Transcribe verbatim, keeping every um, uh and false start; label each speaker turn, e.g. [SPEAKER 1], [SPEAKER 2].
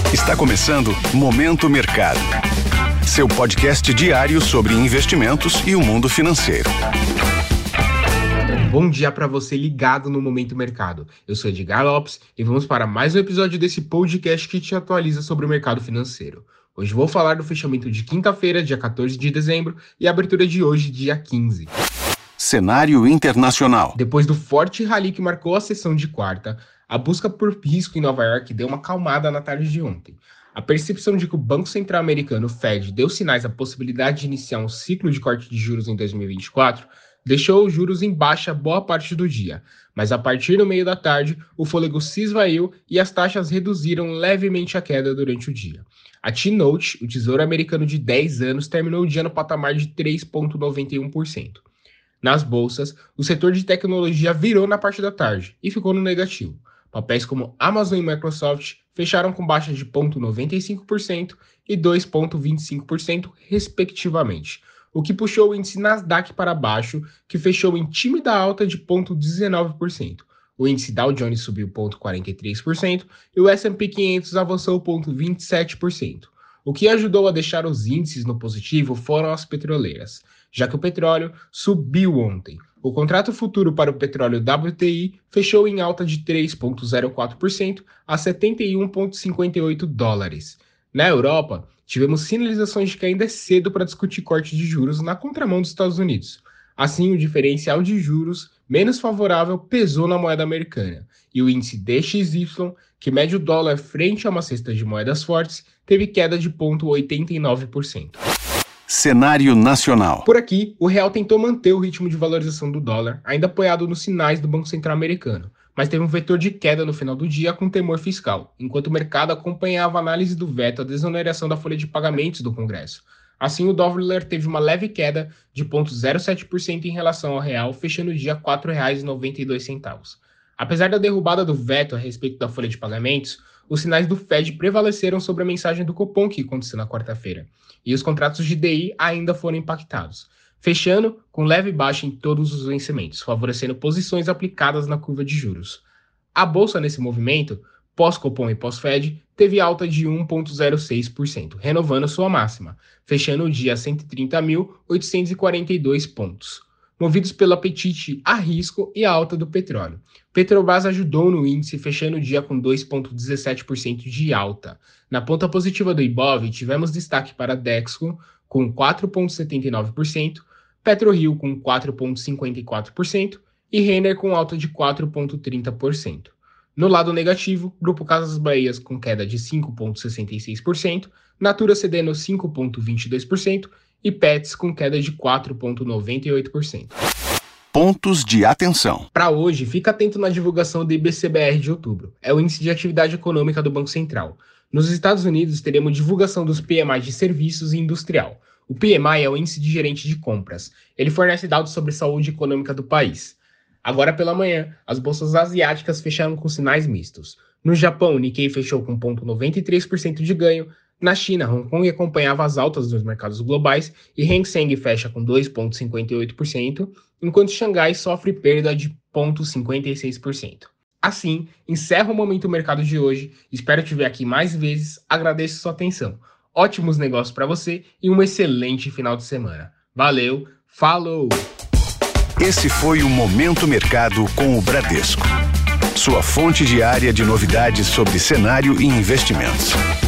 [SPEAKER 1] Está começando Momento Mercado, seu podcast diário sobre investimentos e o mundo financeiro.
[SPEAKER 2] Bom dia para você ligado no Momento Mercado. Eu sou Edgar Lopes e vamos para mais um episódio desse podcast que te atualiza sobre o mercado financeiro. Hoje vou falar do fechamento de quinta-feira, dia quatorze de dezembro, e a abertura de hoje, dia quinze.
[SPEAKER 1] Cenário internacional.
[SPEAKER 2] Depois do forte rally que marcou a sessão de quarta, a busca por risco em Nova York deu uma acalmada na tarde de ontem. A percepção de que o Banco Central Americano, Fed, deu sinais da possibilidade de iniciar um ciclo de corte de juros em dois mil e vinte e quatro deixou os juros em baixa boa parte do dia, mas a partir do meio da tarde, o fôlego se esvaiu e as taxas reduziram levemente a queda durante o dia. A T-Note, o Tesouro Americano de dez anos, terminou o dia no patamar de três vírgula noventa e um por cento. Nas bolsas, o setor de tecnologia virou na parte da tarde e ficou no negativo. Papéis como Amazon e Microsoft fecharam com baixa de zero vírgula noventa e cinco por cento e dois vírgula vinte e cinco por cento, respectivamente, o que puxou o índice Nasdaq para baixo, que fechou em tímida alta de zero vírgula dezenove por cento. O índice Dow Jones subiu zero vírgula quarenta e três por cento e o S and P quinhentos avançou zero vírgula vinte e sete por cento. O que ajudou a deixar os índices no positivo foram as petroleiras, já que o petróleo subiu ontem. O contrato futuro para o petróleo W T I fechou em alta de três vírgula zero quatro por cento a setenta e um vírgula cinquenta e oito dólares. Na Europa, tivemos sinalizações de que ainda é cedo para discutir corte de juros na contramão dos Estados Unidos. Assim, o diferencial de juros menos favorável pesou na moeda americana, e o índice D X Y, que mede o dólar frente a uma cesta de moedas fortes, teve queda de zero vírgula oitenta e nove por cento.
[SPEAKER 1] Cenário nacional.
[SPEAKER 2] Por aqui, o real tentou manter o ritmo de valorização do dólar, ainda apoiado nos sinais do Banco Central Americano, mas teve um vetor de queda no final do dia com temor fiscal, enquanto o mercado acompanhava a análise do veto à desoneração da folha de pagamentos do Congresso. Assim, o dólar teve uma leve queda de zero vírgula zero sete por cento em relação ao real, fechando o dia a quatro reais e noventa e dois centavos. Apesar da derrubada do veto a respeito da folha de pagamentos, os sinais do Fed prevaleceram sobre a mensagem do Copom que aconteceu na quarta-feira, e os contratos de D I ainda foram impactados, fechando com leve baixa em todos os vencimentos, favorecendo posições aplicadas na curva de juros. A bolsa nesse movimento, pós-Copom e pós-Fed, teve alta de um vírgula zero seis por cento, renovando sua máxima, fechando o dia a cento e trinta mil, oitocentos e quarenta e dois pontos. Movidos pelo apetite a risco e a alta do petróleo. Petrobras ajudou no índice, fechando o dia com dois vírgula dezessete por cento de alta. Na ponta positiva do Ibov, tivemos destaque para Dexco, com quatro vírgula setenta e nove por cento, PetroRio com quatro vírgula cinquenta e quatro por cento e Renner com alta de quatro vírgula trinta por cento. No lado negativo, Grupo Casas Bahias com queda de cinco vírgula sessenta e seis por cento, Natura cedendo cinco vírgula vinte e dois por cento e Petz com queda de quatro vírgula noventa e oito por cento.
[SPEAKER 1] Pontos de atenção.
[SPEAKER 2] Para hoje, fica atento na divulgação do I B C B R de outubro. É o Índice de Atividade Econômica do Banco Central. Nos Estados Unidos, teremos divulgação dos P M I de serviços e industrial. O P M I é o Índice de Gerente de Compras. Ele fornece dados sobre a saúde econômica do país. Agora pela manhã, as bolsas asiáticas fecharam com sinais mistos. No Japão, o Nikkei fechou com zero vírgula noventa e três por cento de ganho. Na China, Hong Kong acompanhava as altas dos mercados globais e Hang Seng fecha com dois vírgula cinquenta e oito por cento, enquanto Xangai sofre perda de zero vírgula cinquenta e seis por cento. Assim, encerro o Momento Mercado de hoje. Espero te ver aqui mais vezes. Agradeço sua atenção. Ótimos negócios para você e um excelente final de semana. Valeu, falou!
[SPEAKER 1] Esse foi o Momento Mercado com o Bradesco, sua fonte diária de novidades sobre cenário e investimentos.